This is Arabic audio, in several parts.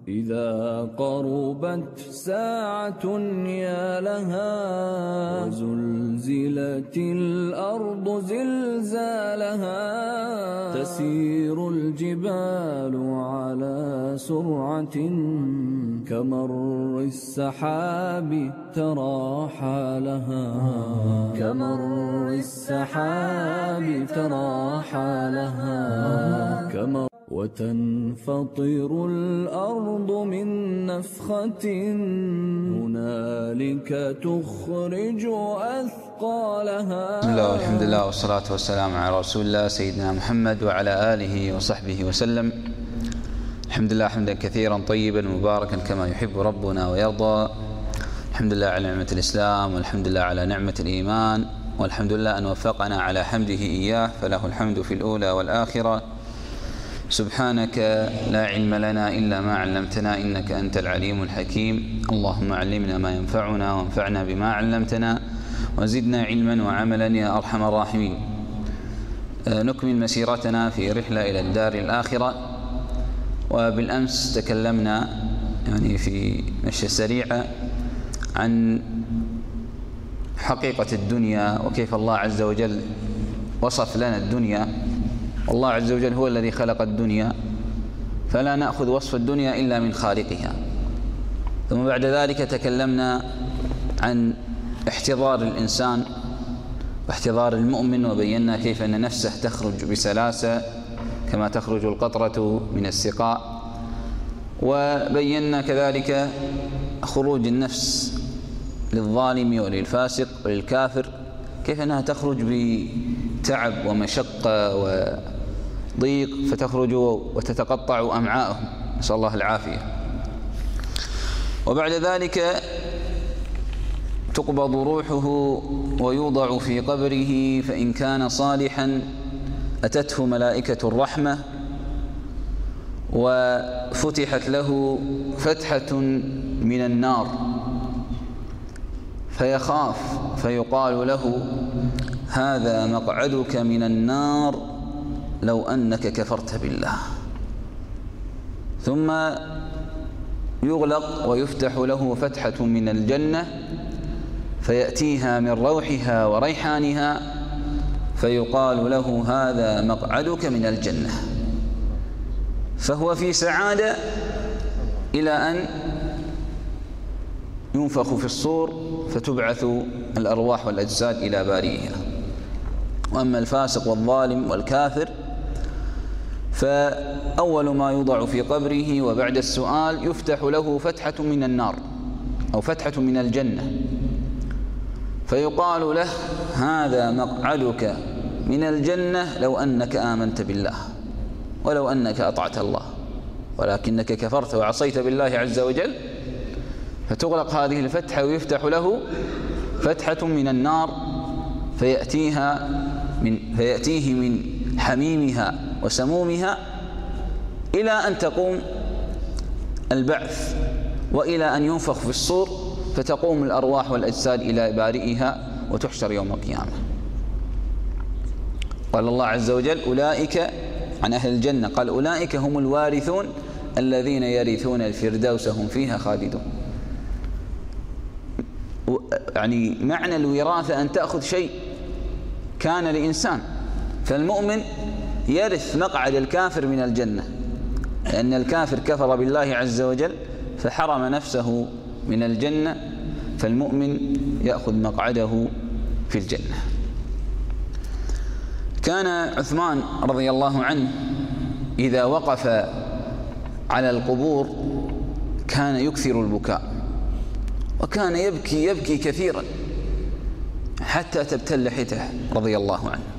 إذا قربت ساعة يا لها وزلزلت الأرض زلزالها تسير الجبال على سرعة كمر السحاب ترى حالها كمر السحاب ترى حالها وتنفطر الأرض من نفخة هنالك تخرج أثقالها. بسم الله والحمد لله والصلاة والسلام على رسول الله سيدنا محمد وعلى آله وصحبه وسلم. الحمد لله حمدا كثيرا طيبا مباركا كما يحب ربنا ويرضى. الحمد لله على نعمة الإسلام، والحمد لله على نعمة الإيمان، والحمد لله أن وفقنا على حمده إياه، فله الحمد في الأولى والآخرة. سبحانك لا علم لنا إلا ما علمتنا إنك أنت العليم الحكيم. اللهم علمنا ما ينفعنا وانفعنا بما علمتنا وزدنا علما وعملا يا أرحم الراحمين. نكمل مسيرتنا في رحلة إلى الدار الآخرة، وبالأمس تكلمنا في مشي سريعة عن حقيقة الدنيا وكيف الله عز وجل وصف لنا الدنيا. والله عز وجل هو الذي خلق الدنيا، فلا نأخذ وصف الدنيا إلا من خالقها. ثم بعد ذلك تكلمنا عن احتضار الإنسان واحتضار المؤمن، وبينا كيف أن نفسه تخرج بسلاسة كما تخرج القطرة من السقاء. وبينا كذلك خروج النفس للظالم وللفاسق وللكافر، كيف أنها تخرج بتعب ومشقة وضيق، فتخرج وتتقطع أمعاءهم، نسأل الله العافية. وبعد ذلك تقبض روحه ويوضع في قبره، فإن كان صالحا أتته ملائكة الرحمة وفتحت له فتحة من النار فيخاف، فيقال له: هذا مقعدك من النار لو أنك كفرت بالله. ثم يغلق ويفتح له فتحة من الجنة فيأتيها من روحها وريحانها، فيقال له: هذا مقعدك من الجنة. فهو في سعادة إلى أن ينفخ في الصور فتبعث الأرواح والأجساد إلى بارئها. وأما الفاسق والظالم والكافر فأول ما يوضع في قبره وبعد السؤال يفتح له فتحة من النار أو فتحة من الجنة، فيقال له: هذا مقعدك من الجنة لو أنك آمنت بالله ولو أنك أطعت الله، ولكنك كفرت وعصيت بالله عز وجل. فتغلق هذه الفتحة ويفتح له فتحة من النار فيأتيه من حميمها وسمومها إلى أن تقوم البعث، وإلى أن ينفخ في الصور فتقوم الأرواح والأجساد إلى بارئها وتحشر يوم القيامة. قال الله عز وجل: أولئك، عن أهل الجنة قال: أولئك هم الوارثون الذين يرثون الفردوس هم فيها خالدون. يعني معنى الوراثة أن تأخذ شيء كان لإنسان، فالمؤمن يرث مقعد الكافر من الجنة، لأن الكافر كفر بالله عز وجل فحرم نفسه من الجنة، فالمؤمن يأخذ مقعده في الجنة. كان عثمان رضي الله عنه إذا وقف على القبور كان يكثر البكاء، وكان يبكي كثيرا حتى تبتل لحيته رضي الله عنه.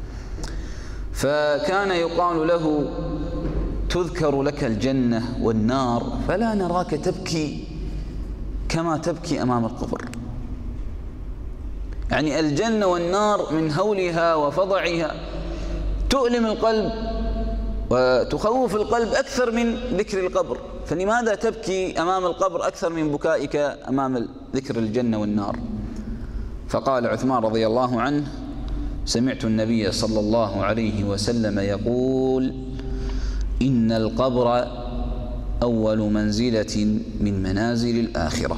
فكان يقال له: تذكر لك الجنة والنار فلا نراك تبكي كما تبكي أمام القبر. يعني الجنة والنار من هولها وفضعها تؤلم القلب وتخوف القلب أكثر من ذكر القبر، فلماذا تبكي أمام القبر أكثر من بكائك أمام ذكر الجنة والنار؟ فقال عثمان رضي الله عنه: سمعت النبي صلى الله عليه وسلم يقول: إن القبر أول منزلة من منازل الآخرة،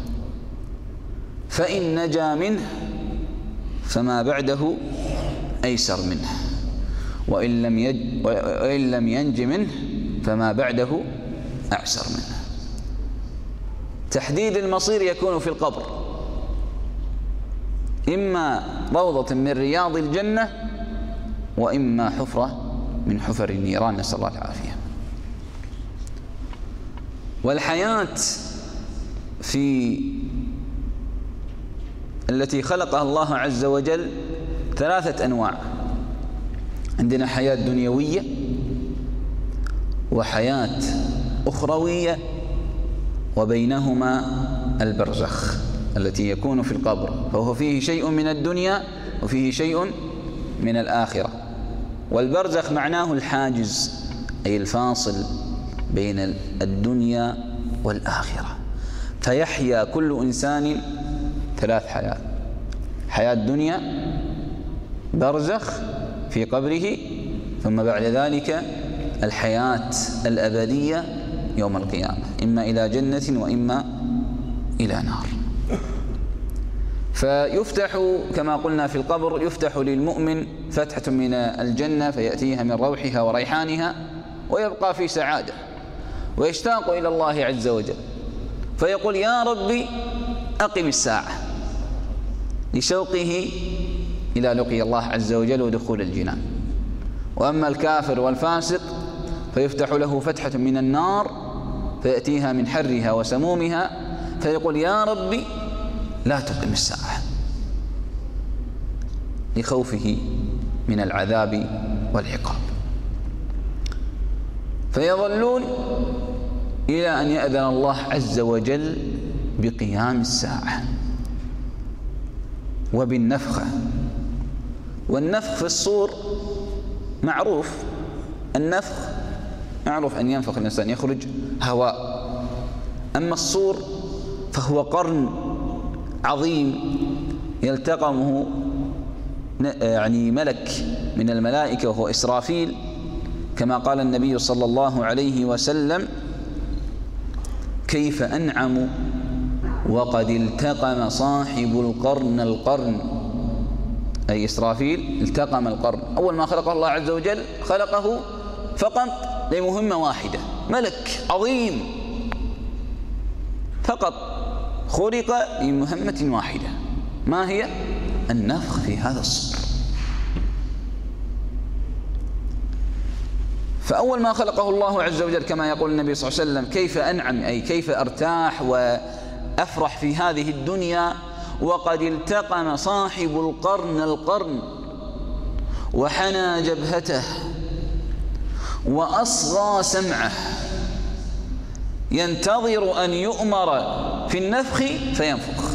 فإن نجا منه فما بعده أيسر منه، وإن لم ينج منه فما بعده أعسر منه. تحديد المصير يكون في القبر، إما روضة من رياض الجنة وإما حفرة من حفر النيران، نسأل الله العافية. والحياة التي خلقها الله عز وجل 3 أنواع: عندنا حياة دنيوية، وحياة أخروية، وبينهما البرزخ التي يكون في القبر، فهو فيه شيء من الدنيا وفيه شيء من الآخرة. والبرزخ معناه الحاجز، أي الفاصل بين الدنيا والآخرة. فيحيا كل إنسان 3 حياة: حياة دنيا، برزخ في قبره، ثم بعد ذلك الحياة الأبدية يوم القيامة، إما إلى جنة وإما إلى نار. فيفتح كما قلنا في القبر، يفتح للمؤمن فتحة من الجنة فيأتيها من روحها وريحانها، ويبقى في سعادة ويشتاق إلى الله عز وجل، فيقول: يا ربي أقم الساعة، لشوقه إلى لقي الله عز وجل ودخول الجنان. وأما الكافر والفاسق فيفتح له فتحة من النار فيأتيها من حرها وسمومها، فيقول: يا ربي لا تقم الساعة، لخوفه من العذاب والعقاب. فيظلون إلى أن يأذن الله عز وجل بقيام الساعة وبالنفخة. والنفخ في الصور معروف، النفخ معروف أن ينفخ الإنسان يخرج هواء. أما الصور فهو قرن عظيم يلتقمه يعني ملك من الملائكة وهو إسرافيل، كما قال النبي صلى الله عليه وسلم: كيف أنعم وقد التقم صاحب القرن القرن، أي إسرافيل التقم القرن. أول ما خلق الله عز وجل خلقه فقط لمهمة واحدة، ملك عظيم فقط خلق لمهمة واحدة، ما هي؟ النفخ في هذا الصور. فأول ما خلقه الله عز وجل كما يقول النبي صلى الله عليه وسلم: كيف أنعم، أي كيف أرتاح وأفرح في هذه الدنيا وقد التقم صاحب القرن القرن وحنى جبهته وأصغى سمعه، ينتظر أن يؤمر في النفخ فينفخ.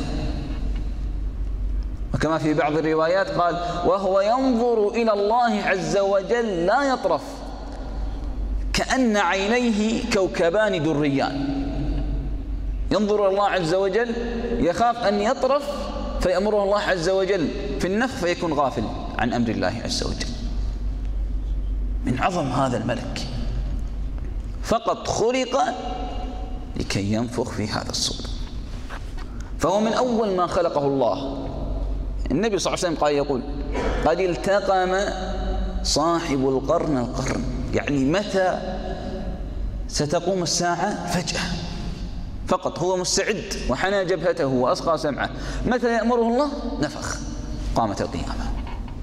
وكما في بعض الروايات قال: وهو ينظر إلى الله عز وجل لا يطرف، كأن عينيه كوكبان دريان. ينظر الله عز وجل يخاف أن يطرف فيأمره الله عز وجل في النفخ فيكون غافل عن أمر الله عز وجل. من عظم هذا الملك، فقط خلق لكي ينفخ في هذا الصور. فهو من أول ما خلقه الله. النبي صلى الله عليه وسلم قال يقول: قد التقم صاحب القرن القرن، يعني متى ستقوم الساعة؟ فجأة، فقط هو مستعد وحنى جبهته وأصغى سمعه، متى يأمره الله نفخ، قامت القيامة.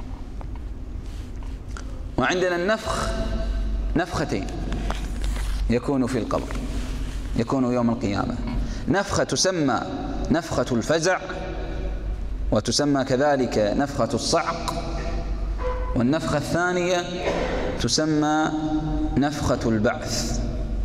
وعندنا النفخ نفختين يكون في القبر، يكون يوم القيامة. نفخة تسمى نفخة الفزع، وتسمى كذلك نفخة الصعق. والنفخة الثانية تسمى نفخة البعث.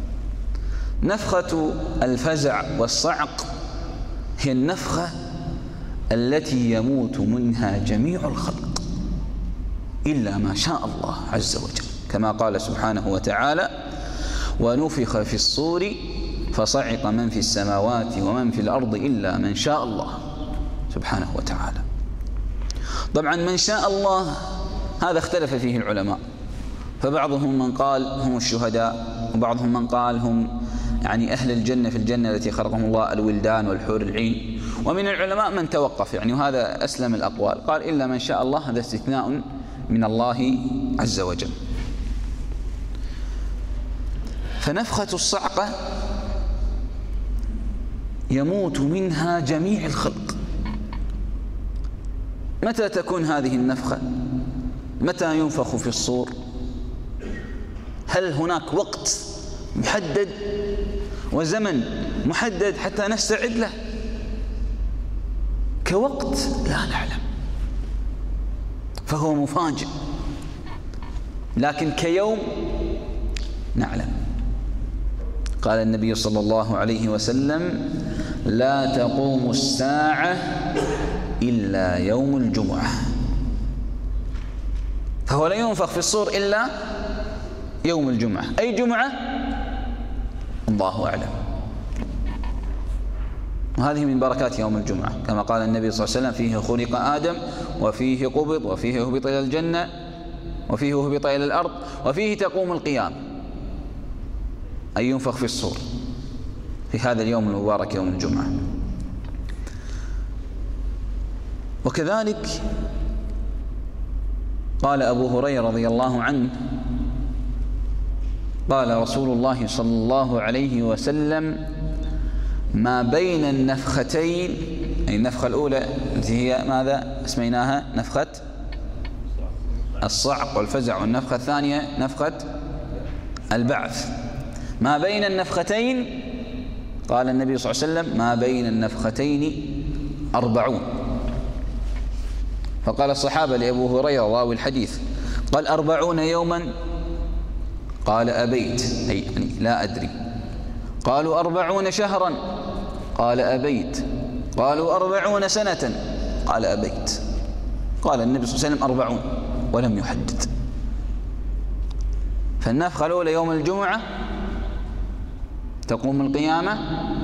نفخة الفزع والصعق هي النفخة التي يموت منها جميع الخلق إلا ما شاء الله عز وجل، كما قال سبحانه وتعالى: ونفخ في الصور فصعق من في السماوات ومن في الأرض إلا من شاء الله سبحانه وتعالى. طبعا من شاء الله هذا اختلف فيه العلماء، فبعضهم من قال هم الشهداء، وبعضهم من قال هم يعني أهل الجنة في الجنة التي خلقهم الله الولدان والحور العين. ومن العلماء من توقف يعني، وهذا أسلم الأقوال، قال إلا من شاء الله، هذا استثناء من الله عز وجل. فنفخة الصعقة يموت منها جميع الخلق. متى تكون هذه النفخة؟ متى ينفخ في الصور؟ هل هناك وقت محدد وزمن محدد حتى نستعد له؟ كوقت لا نعلم، فهو مفاجئ، لكن كيوم نعلم. قال النبي صلى الله عليه وسلم: لا تقوم الساعة إلا يوم الجمعة. فهو لا ينفخ في الصور إلا يوم الجمعة. أي جمعة؟ الله أعلم. وهذه من بركات يوم الجمعة، كما قال النبي صلى الله عليه وسلم: فيه خلق آدم، وفيه قبض، وفيه هبط إلى الجنة، وفيه هبط إلى الأرض، وفيه تقوم القيامة. أي ينفخ في الصور في هذا اليوم المبارك يوم الجمعة. وكذلك قال أبو هريرة رضي الله عنه: قال رسول الله صلى الله عليه وسلم: ما بين النفختين، أي النفخة الأولى التي هي ماذا اسميناها؟ نفخة الصعق والفزع، والنفخة الثانية نفخة البعث. ما بين النفختين، قال النبي صلى الله عليه وسلم: ما بين النفختين 40. فقال الصحابة لأبو هريرة راوي الحديث: قال 40 يوما؟ قال أبيت، أي يعني لا أدري. قالوا 40 شهرا؟ قال أبيت. قالوا 40 سنة؟ قال أبيت. قال النبي صلى الله عليه وسلم 40 ولم يحدد. فالنفخة الأولى يوم الجمعة، تقوم القيامة.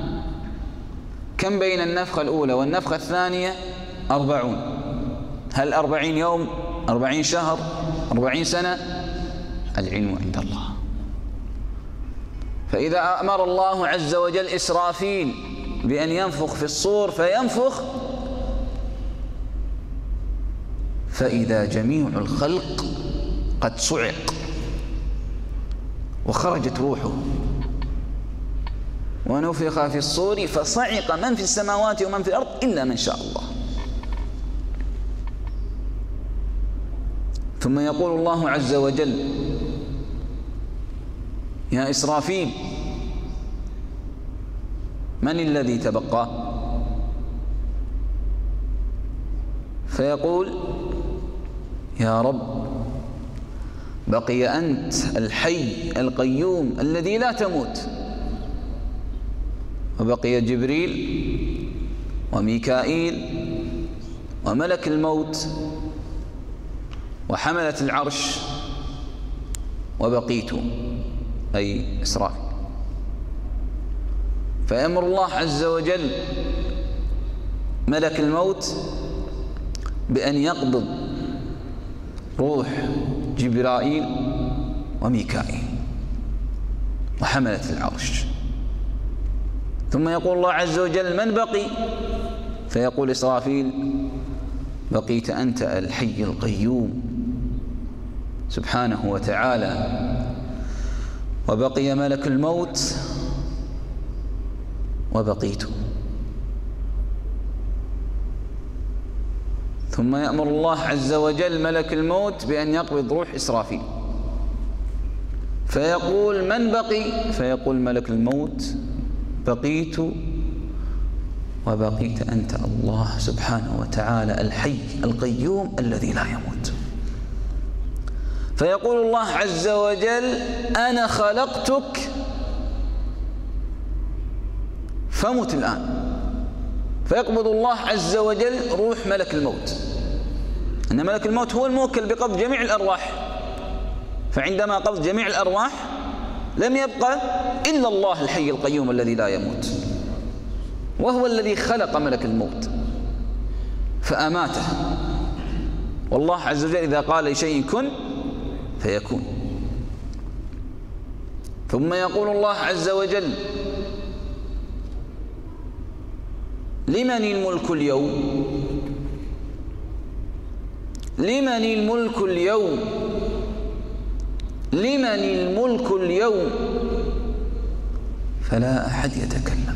كم بين النفخة الأولى والنفخة الثانية؟ 40. هل 40 يوم، 40 شهر، 40 سنة؟ العلم عند الله. فإذا أمر الله عز وجل إسرافيل بأن ينفخ في الصور فينفخ، فإذا جميع الخلق قد صعق وخرجت روحه، ونفخ في الصور فصعق من في السماوات ومن في الأرض إلا من شاء الله. ثم يقول الله عز وجل: يا إسرافيل، من الذي تبقى؟ فيقول: يا رب، بقي أنت الحي القيوم الذي لا تموت، وبقي جبريل وميكائيل وملك الموت وحملة العرش، وبقيت، أي إسرافيل. فيأمر الله عز وجل ملك الموت بأن يقبض روح جبرائيل وميكائيل وحملة العرش. ثم يقول الله عز وجل: من بقي؟ فيقول إسرافيل: بقيت أنت الحي القيوم سبحانه وتعالى، وبقي ملك الموت، وبقيت. ثم يأمر الله عز وجل ملك الموت بأن يقبض روح إسرافيل، فيقول: من بقي؟ فيقول ملك الموت: بقيت، وبقيت أنت الله سبحانه وتعالى الحي القيوم الذي لا يموت. فيقول الله عز وجل: أنا خلقتك فمت الآن. فيقبض الله عز وجل روح ملك الموت، أن ملك الموت هو الموكل بقبض جميع الأرواح. فعندما قبض جميع الأرواح لم يبقى إلا الله الحي القيوم الذي لا يموت، وهو الذي خلق ملك الموت فأماته. والله عز وجل إذا قال لشيء كن فيكون. ثم يقول الله عز وجل: لمن الملك اليوم؟ لمن الملك اليوم؟ لمن الملك اليوم؟ فلا أحد يتكلم،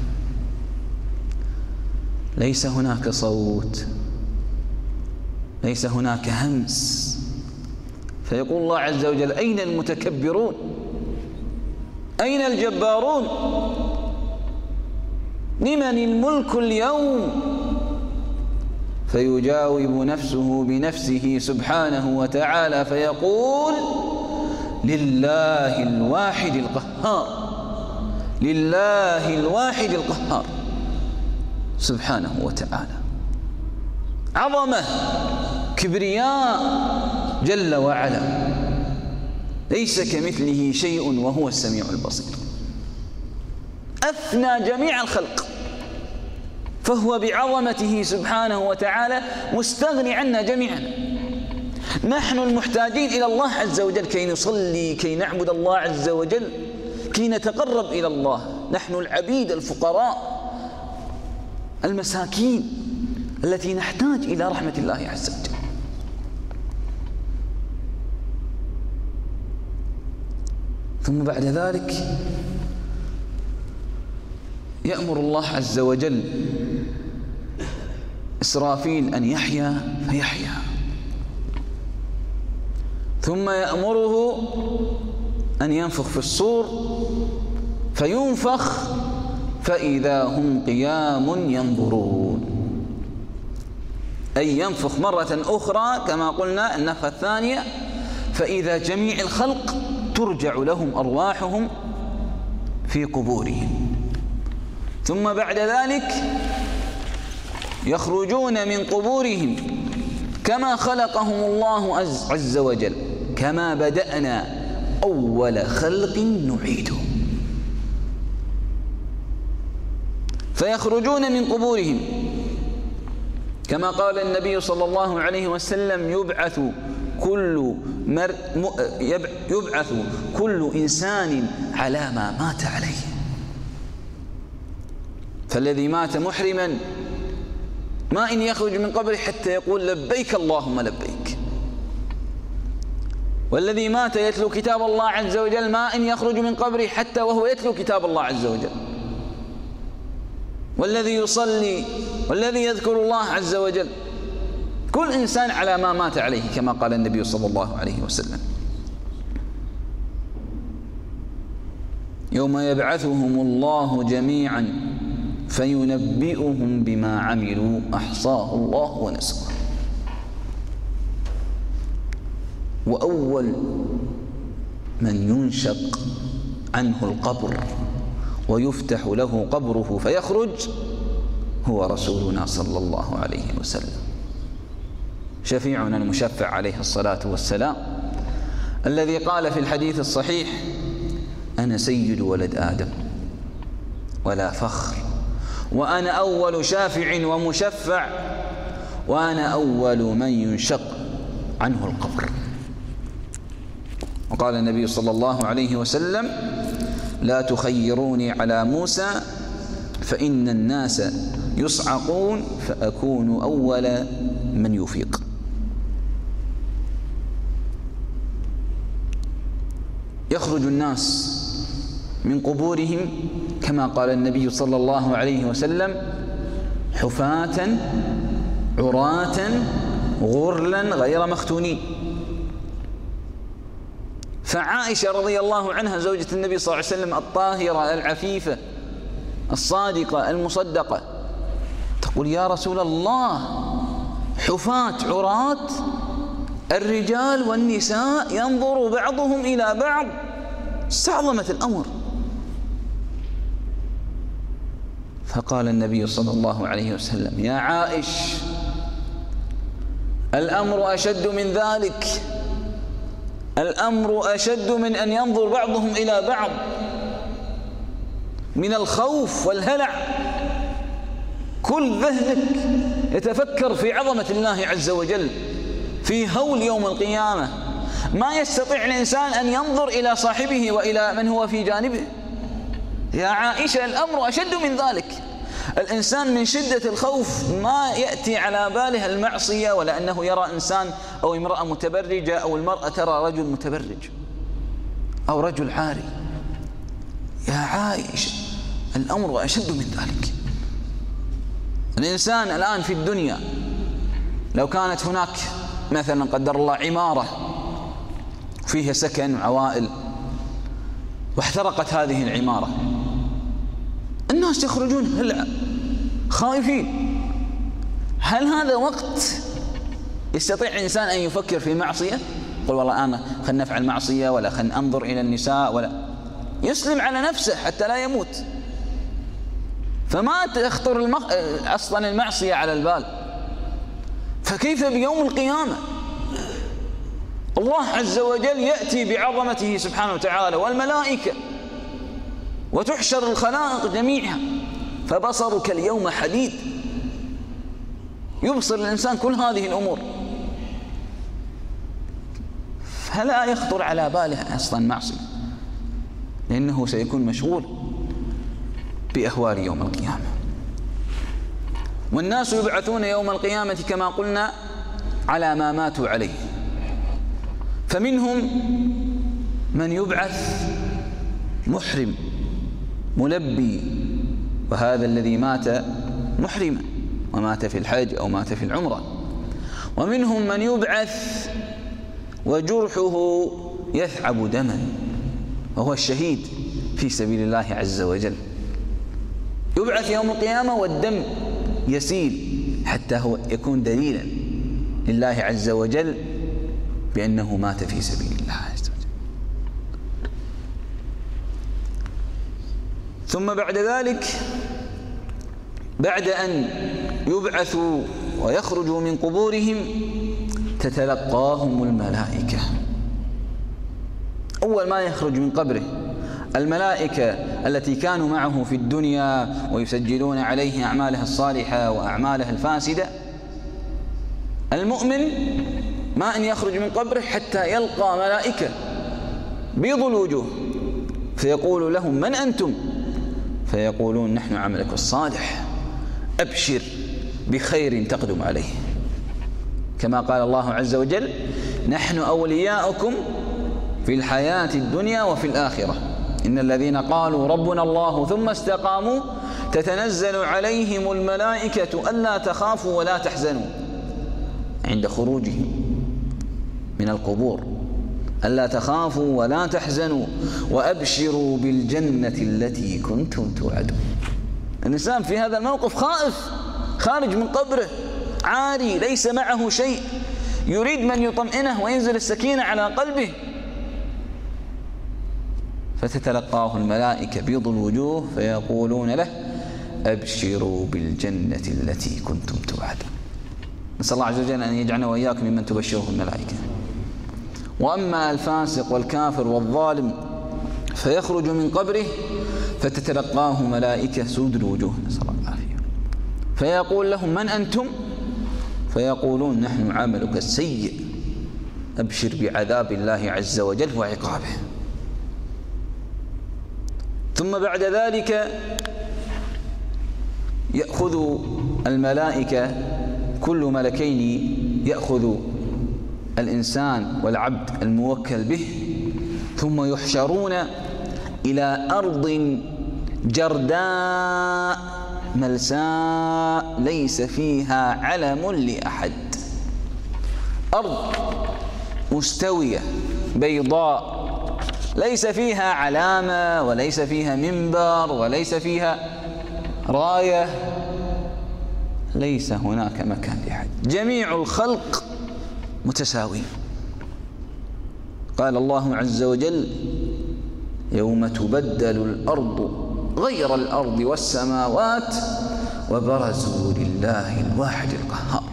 ليس هناك صوت، ليس هناك همس. فيقول الله عز وجل: أين المتكبرون؟ أين الجبارون؟ لمن الملك اليوم؟ فيجاوب نفسه بنفسه سبحانه وتعالى فيقول: لله الواحد القهار، لله الواحد القهار سبحانه وتعالى. عظمة، كبرياء جل وعلا، ليس كمثله شيء وهو السميع البصير. أفنى جميع الخلق، فهو بعظمته سبحانه وتعالى مستغني عنا جميعا. نحن المحتاجين إلى الله عز وجل كي نصلي، كي نعبد الله عز وجل، كي نتقرب إلى الله. نحن العبيد الفقراء المساكين التي نحتاج إلى رحمة الله عز وجل. ثم بعد ذلك يأمر الله عز وجل إسرافيل أن يحيا فيحيا، ثم يأمره أن ينفخ في الصور فينفخ فإذا هم قيام ينظرون، أي ينفخ مرة أخرى كما قلنا النفخة الثانية، فإذا جميع الخلق ترجع لهم أرواحهم في قبورهم. ثم بعد ذلك يخرجون من قبورهم كما خلقهم الله عز وجل، كما بدأنا أول خلق نعيده. فيخرجون من قبورهم كما قال النبي صلى الله عليه وسلم: يبعث كل إنسان على ما مات عليه. فالذي مات محرما ما إن يخرج من قبره حتى يقول: لبيك اللهم لبيك. والذي مات يتلو كتاب الله عز وجل ما إن يخرج من قبره حتى وهو يتلو كتاب الله عز وجل. والذي يصلي والذي يذكر الله عز وجل، كل إنسان على ما مات عليه كما قال النبي صلى الله عليه وسلم. يوم يبعثهم الله جميعا فينبئهم بما عملوا أحصاه الله ونسوه. وأول من ينشق عنه القبر ويفتح له قبره فيخرج هو رسولنا صلى الله عليه وسلم، شفيعنا المشفع عليه الصلاة والسلام، الذي قال في الحديث الصحيح: أنا سيد ولد آدم ولا فخر، وأنا أول شافع ومشفع، وأنا أول من ينشق عنه القبر. وقال النبي صلى الله عليه وسلم: لا تخيروني على موسى فإن الناس يصعقون فأكون أول من يفيق. يخرج الناس من قبورهم كما قال النبي صلى الله عليه وسلم: حفاة عراة غرلا غير مختونين. فعائشة رضي الله عنها زوجة النبي صلى الله عليه وسلم الطاهرة العفيفة الصادقة المصدقة تقول: يا رسول الله، حفاة عراة، الرجال والنساء ينظر بعضهم إلى بعض. استعظمت الأمر. فقال النبي صلى الله عليه وسلم: يا عائش، الأمر أشد من ذلك، الأمر أشد من أن ينظر بعضهم إلى بعض، من الخوف والهلع. كل ذهنك يتفكر في عظمة الله عز وجل، في هول يوم القيامة. ما يستطيع الإنسان أن ينظر إلى صاحبه وإلى من هو في جانبه. يا عائشة، الأمر أشد من ذلك. الإنسان من شدة الخوف ما يأتي على باله المعصية، ولا أنه يرى إنسان أو امرأة متبرجة، أو المرأة ترى رجل متبرج أو رجل عاري. يا عائشة الأمر أشد من ذلك. الإنسان الآن في الدنيا لو كانت هناك مثلا قدر الله عمارة فيها سكن وعوائل واحترقت هذه العمارة، الناس يخرجون هلع خائفين. هل هذا وقت يستطيع إنسان أن يفكر في معصية؟ يقول والله أنا خلنا نفعل معصية، ولا خلنا ننظر إلى النساء، ولا يسلم على نفسه حتى لا يموت. فما تخطر أصلا المعصية على البال، فكيف بيوم القيامة؟ الله عز وجل يأتي بعظمته سبحانه وتعالى والملائكة وتحشر الخلائق جميعا، فبصرك اليوم حديد، يبصر الإنسان كل هذه الأمور، فلا يخطر على باله أصلا معصية، لأنه سيكون مشغول بأهوال يوم القيامة. والناس يبعثون يوم القيامة كما قلنا على ما ماتوا عليه، فمنهم من يبعث محرم ملبي، وهذا الذي مات محرما ومات في الحج أو مات في العمرة. ومنهم من يبعث وجرحه يثعب دما، وهو الشهيد في سبيل الله عز وجل، يبعث يوم القيامة والدم يسيل حتى هو يكون دليلا لله عز وجل بأنه مات في سبيل الله عز وجل. ثم بعد ذلك، بعد أن يبعثوا ويخرجوا من قبورهم، تتلقاهم الملائكة. أول ما يخرج من قبره الملائكة التي كانوا معه في الدنيا ويسجلون عليه أعماله الصالحة وأعماله الفاسدة، المؤمن ما أن يخرج من قبره حتى يلقى ملائكة بيض الوجوه، فيقول لهم من أنتم؟ فيقولون نحن عملك الصالح، أبشر بخير تقدم عليه، كما قال الله عز وجل نحن أولياؤكم في الحياة الدنيا وفي الآخرة، إن الذين قالوا ربنا الله ثم استقاموا تتنزل عليهم الملائكة ألا تخافوا ولا تحزنوا عند خروجهم من القبور، ألا تخافوا ولا تحزنوا وأبشروا بالجنة التي كنتم توعدون. الإنسان في هذا الموقف خائف، خارج من قبره عاري ليس معه شيء، يريد من يطمئنه وينزل السكينة على قلبه، فتتلقاه الملائكة بيض الوجوه فيقولون له أبشروا بالجنة التي كنتم توعدون. نسأل الله عز وجل أن يجعلنا وإياكم ممن تبشره الملائكة. وأما الفاسق والكافر والظالم فيخرج من قبره فتتلقاه ملائكة سود الوجوه، نسأل الله العافية، فيقول لهم من أنتم؟ فيقولون نحن عملك السيء، أبشر بعذاب الله عز وجل وعقابه. ثم بعد ذلك يأخذ الملائكة كل ملكين يأخذ الإنسان والعبد الموكل به، ثم يحشرون إلى أرض جرداء ملساء ليس فيها علم لأحد، أرض مستوية بيضاء ليس فيها علامة وليس فيها منبر وليس فيها راية، ليس هناك مكان لأحد، جميع الخلق متساوين. قال الله عز وجل يوم تبدل الأرض غير الأرض والسماوات وبرزوا لله الواحد القهار.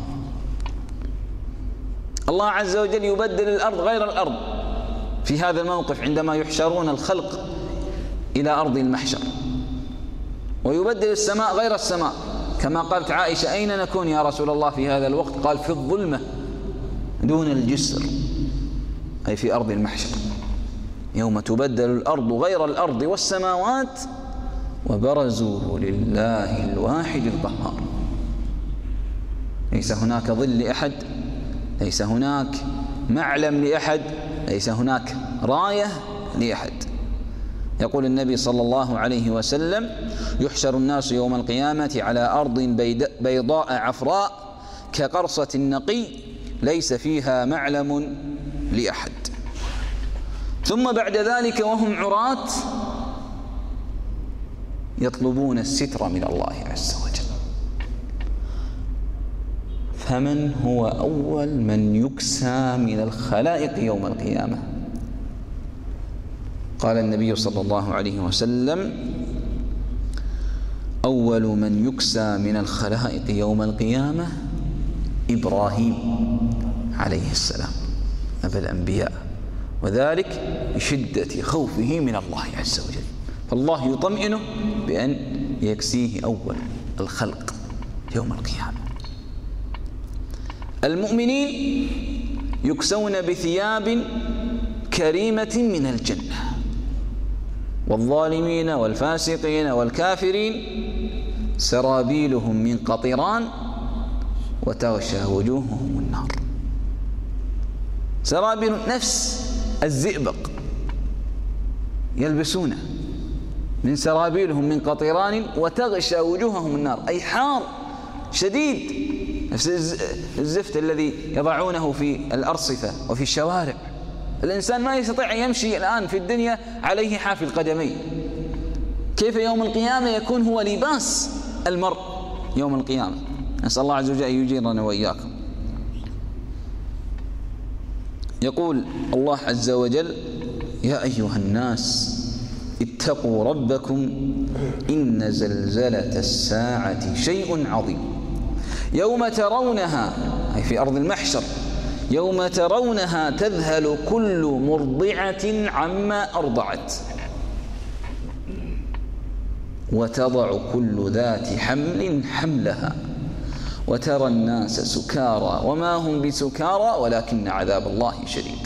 الله عز وجل يبدل الأرض غير الأرض في هذا الموقف عندما يحشرون الخلق إلى أرض المحشر، ويبدل السماء غير السماء، كما قالت عائشة أين نكون يا رسول الله في هذا الوقت؟ قال في الظلمة دون الجسر، أي في أرض المحشر. يوم تبدل الأرض غير الأرض والسماوات وبرزوا لله الواحد القهار. ليس هناك ظل لأحد، ليس هناك معلم لأحد، ليس هناك راية لأحد. يقول النبي صلى الله عليه وسلم: يحشر الناس يوم القيامة على أرض بيضاء عفراء كقرصة النقي ليس فيها معلم لأحد. ثم بعد ذلك وهم عراة يطلبون الستر من الله عز وجل. فمن هو أول من يكسى من الخلائق يوم القيامة؟ قال النبي صلى الله عليه وسلم: أول من يكسى من الخلائق يوم القيامة إبراهيم عليه السلام أبا الأنبياء، وذلك بشدة خوفه من الله عز وجل، فالله يطمئنه بأن يكسيه أول الخلق يوم القيامة. المؤمنين يكسون بثياب كريمة من الجنة، والظالمين والفاسقين والكافرين سرابيلهم من قطران وتغشى وجوههم النار. سرابيل نفس الزئبق يلبسونه، من سرابيلهم من قطران وتغشى وجوههم النار، أي حار شديد، نفس الزفت الذي يضعونه في الأرصفة وفي الشوارع. الإنسان ما يستطيع أن يمشي الآن في الدنيا عليه حافي القدمين، كيف يوم القيامة يكون هو لباس المرء يوم القيامة؟ نسأل الله عز وجل أن يجيرنا وإياكم. يقول الله عز وجل: يا أيها الناس اتقوا ربكم إن زلزلة الساعة شيء عظيم يوم ترونها، أي في أرض المحشر، يوم ترونها تذهل كل مرضعة عما أرضعت وتضع كل ذات حمل حملها وترى الناس سكارى وما هم بسكارى ولكن عذاب الله شديد.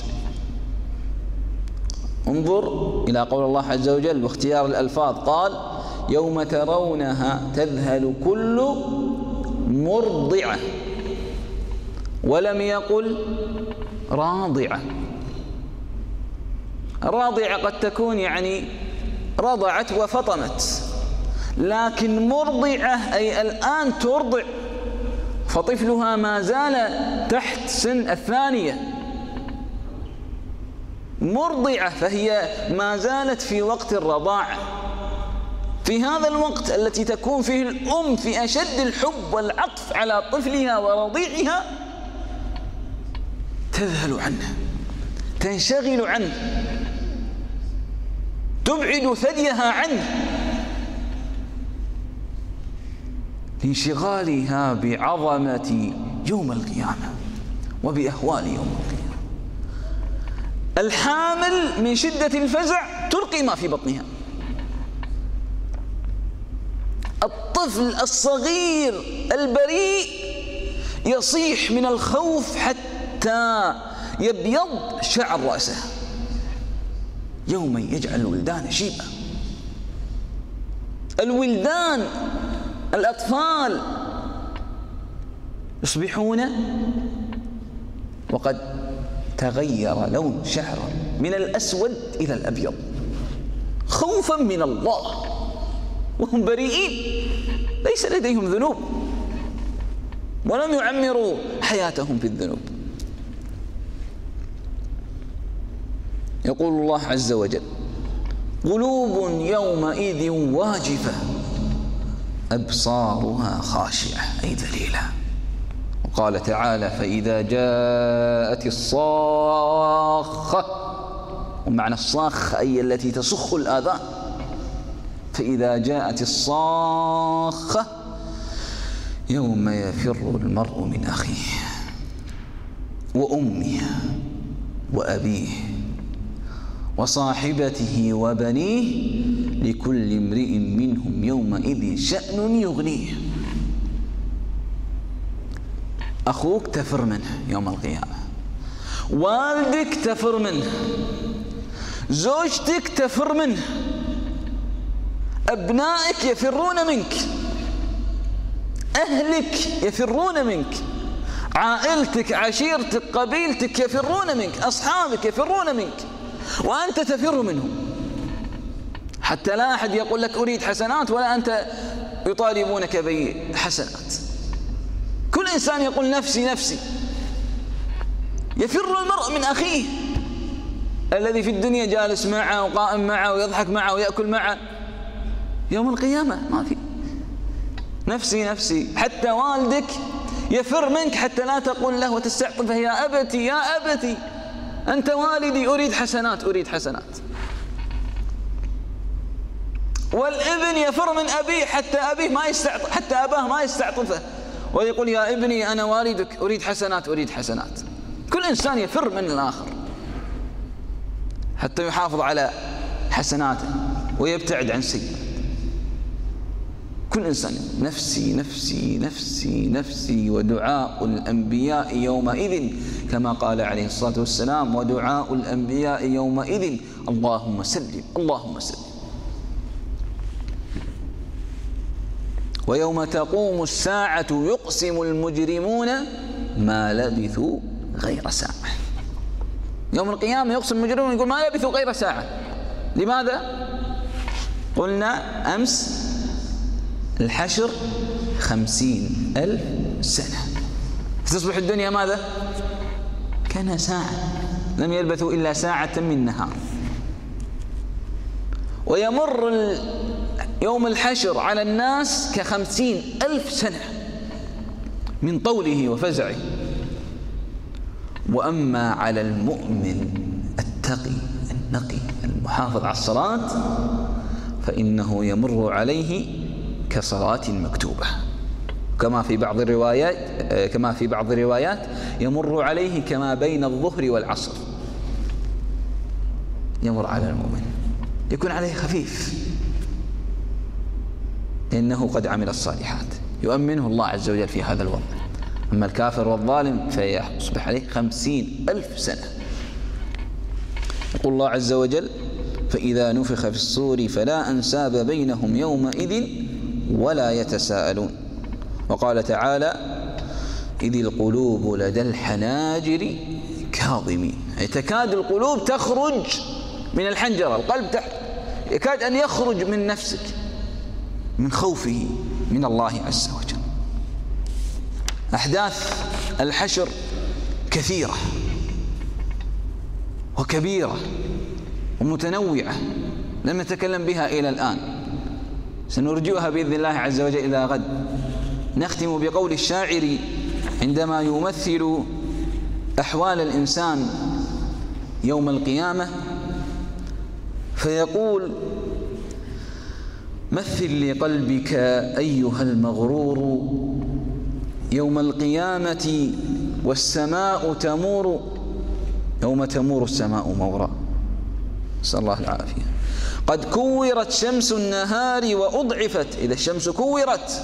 انظر إلى قول الله عز وجل واختيار الألفاظ، قال: يوم ترونها تذهل كل مرضعة، ولم يقل راضعة. الراضعة قد تكون يعني رضعت وفطمت، لكن مرضعة أي الآن ترضع، فطفلها ما زال تحت سن الثانية. مرضعة فهي ما زالت في وقت الرضاعة. في هذا الوقت التي تكون فيه الأم في أشد الحب والعطف على طفلها ورضيعها تذهل عنه، تنشغل عنه، تبعد ثديها عنه لانشغالها بعظمة يوم القيامة وبأهوال يوم القيامة. الحامل من شدة الفزع تلقي ما في بطنها. الطفل الصغير البريء يصيح من الخوف حتى يبيض شعر رأسه. يوم يجعل الولدان شيبا. الولدان الأطفال يصبحون وقد تغير لون شعره من الأسود إلى الأبيض خوفا من الله، وهم بريئين ليس لديهم ذنوب ولم يعمروا حياتهم في الذنوب. يقول الله عز وجل: قلوب يومئذ واجفة أبصارها خاشعة، أي ذليلة. وقال تعالى: فإذا جاءت الصاخة، ومعنى الصاخة أي التي تصخ الآذان. فإذا جاءت الصاخة يوم يفر المرء من أخيه وأمه وأبيه وصاحبته وبنيه لكل امرئ منهم يومئذ شأن يغنيه. أخوك تفر منه يوم القيامة، والدك تفر منه، زوجتك تفر منه، أبنائك يفرون منك، أهلك يفرون منك، عائلتك، عشيرتك، قبيلتك يفرون منك، أصحابك يفرون منك، وأنت تفر منهم، حتى لا أحد يقول لك أريد حسنات ولا أنت يطالبونك بحسنات. كل إنسان يقول نفسي نفسي. يفر المرء من أخيه الذي في الدنيا جالس معه وقائم معه ويضحك معه ويأكل معه، يوم القيامة ما في. نفسي نفسي. حتى والدك يفر منك حتى لا تقول له وتستعطفه يا أبتي يا أبتي أنت والدي أريد حسنات أريد حسنات. والابن يفر من أبيه حتى أبيه ما يستعطف، حتى أباه ما يستعطفه ويقول يا ابني أنا والدك أريد حسنات أريد حسنات. كل إنسان يفر من الآخر حتى يحافظ على حسناته ويبتعد عن سيئاته. كل إنسان نفسي نفسي نفسي نفسي. ودعاء الأنبياء يومئذ كما قال عليه الصلاة والسلام ودعاء الأنبياء يومئذ اللهم سلم اللهم سلم. ويوم تقوم الساعة يقسم المجرمون ما لبثوا غير ساعة. يوم القيامة يقسم المجرمون يقول ما لبثوا غير ساعة. لماذا؟ قلنا أمس الحشر 50,000 سنة، تصبح الدنيا ماذا؟ كان ساعة، لم يلبثوا إلا ساعة من نهار. ويمر يوم الحشر على الناس ك50,000 سنة من طوله وفزعه. وأما على المؤمن التقي النقي المحافظ على الصلاة فإنه يمر عليه كصلاة مكتوبة، كما في بعض الروايات يمر عليه كما بين الظهر والعصر. يمر على المؤمن يكون عليه خفيف لأنه قد عمل الصالحات، يؤمنه الله عز وجل في هذا الوضع. أما الكافر والظالم فيصبح عليه 50,000 سنة. يقول الله عز وجل فإذا نفخ في الصور فلا أنساب بينهم يومئذ ولا يتساءلون. وقال تعالى إذ القلوب لدى الحناجر كاظمين، أي تكاد القلوب تخرج من الحنجرة، القلب يكاد أن يخرج من نفسك من خوفه من الله عز وجل. أحداث الحشر كثيرة وكبيرة ومتنوعة لم نتكلم بها إلى الآن، سنرجئها بإذن الله عز وجل إلى غد. نختم بقول الشاعر عندما يمثل أحوال الإنسان يوم القيامة فيقول مثل لقلبك أيها المغرور يوم القيامة والسماء تمور، يوم تمور السماء مورا، نسأل الله العافية. قد كورت شمس النهار وأضعفت، إذا الشمس كورت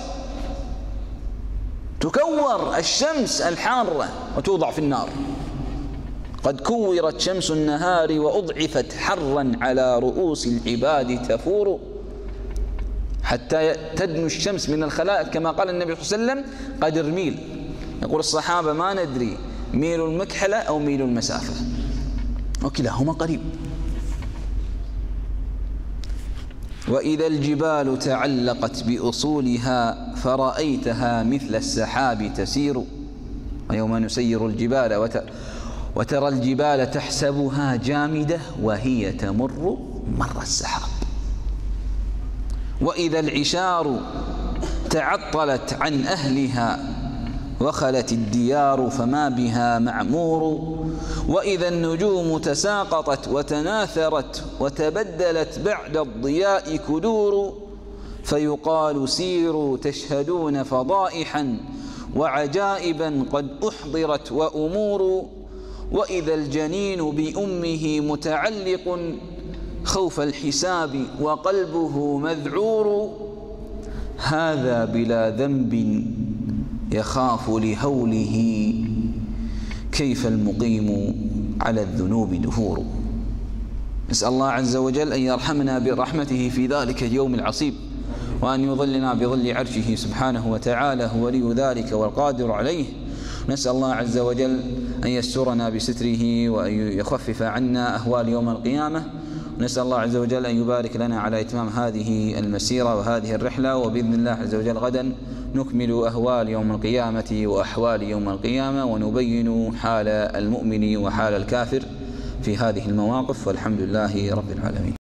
تكور الشمس الحارة وتوضع في النار. قد كورت شمس النهار وأضعفت حرا على رؤوس العباد تفور، حتى تدنو الشمس من الخلائق كما قال النبي صلى الله عليه وسلم قدر ميل. يقول الصحابة ما ندري ميل المكحلة أو ميل المسافة، وكلاهما قريب. وإذا الجبال تعلقت بأصولها فرأيتها مثل السحاب تسير، ويوم نسير الجبال وترى الجبال تحسبها جامدة وهي تمر مر السحاب. وإذا العشار تعطلت عن أهلها وخلت الديار فما بها معمور. وإذا النجوم تساقطت وتناثرت وتبدلت بعد الضياء كدور، فيقال سيروا تشهدون فضائحا وعجائبا قد أحضرت وأمور. وإذا الجنين بأمه متعلق خوف الحساب وقلبه مذعور، هذا بلا ذنب يخاف لهوله كيف المقيم على الذنوب دهور. نسأل الله عز وجل أن يرحمنا برحمته في ذلك اليوم العصيب، وأن يظلنا بظل عرشه سبحانه وتعالى، هو ولي ذلك والقادر عليه. نسأل الله عز وجل أن يسترنا بستره وأن يخفف عنا أهوال يوم القيامة. نسأل الله عز وجل أن يبارك لنا على إتمام هذه المسيرة وهذه الرحلة، وبإذن الله عز وجل غدا نكمل أهوال يوم القيامة وأحوال يوم القيامة، ونبين حال المؤمن وحال الكافر في هذه المواقف، والحمد لله رب العالمين.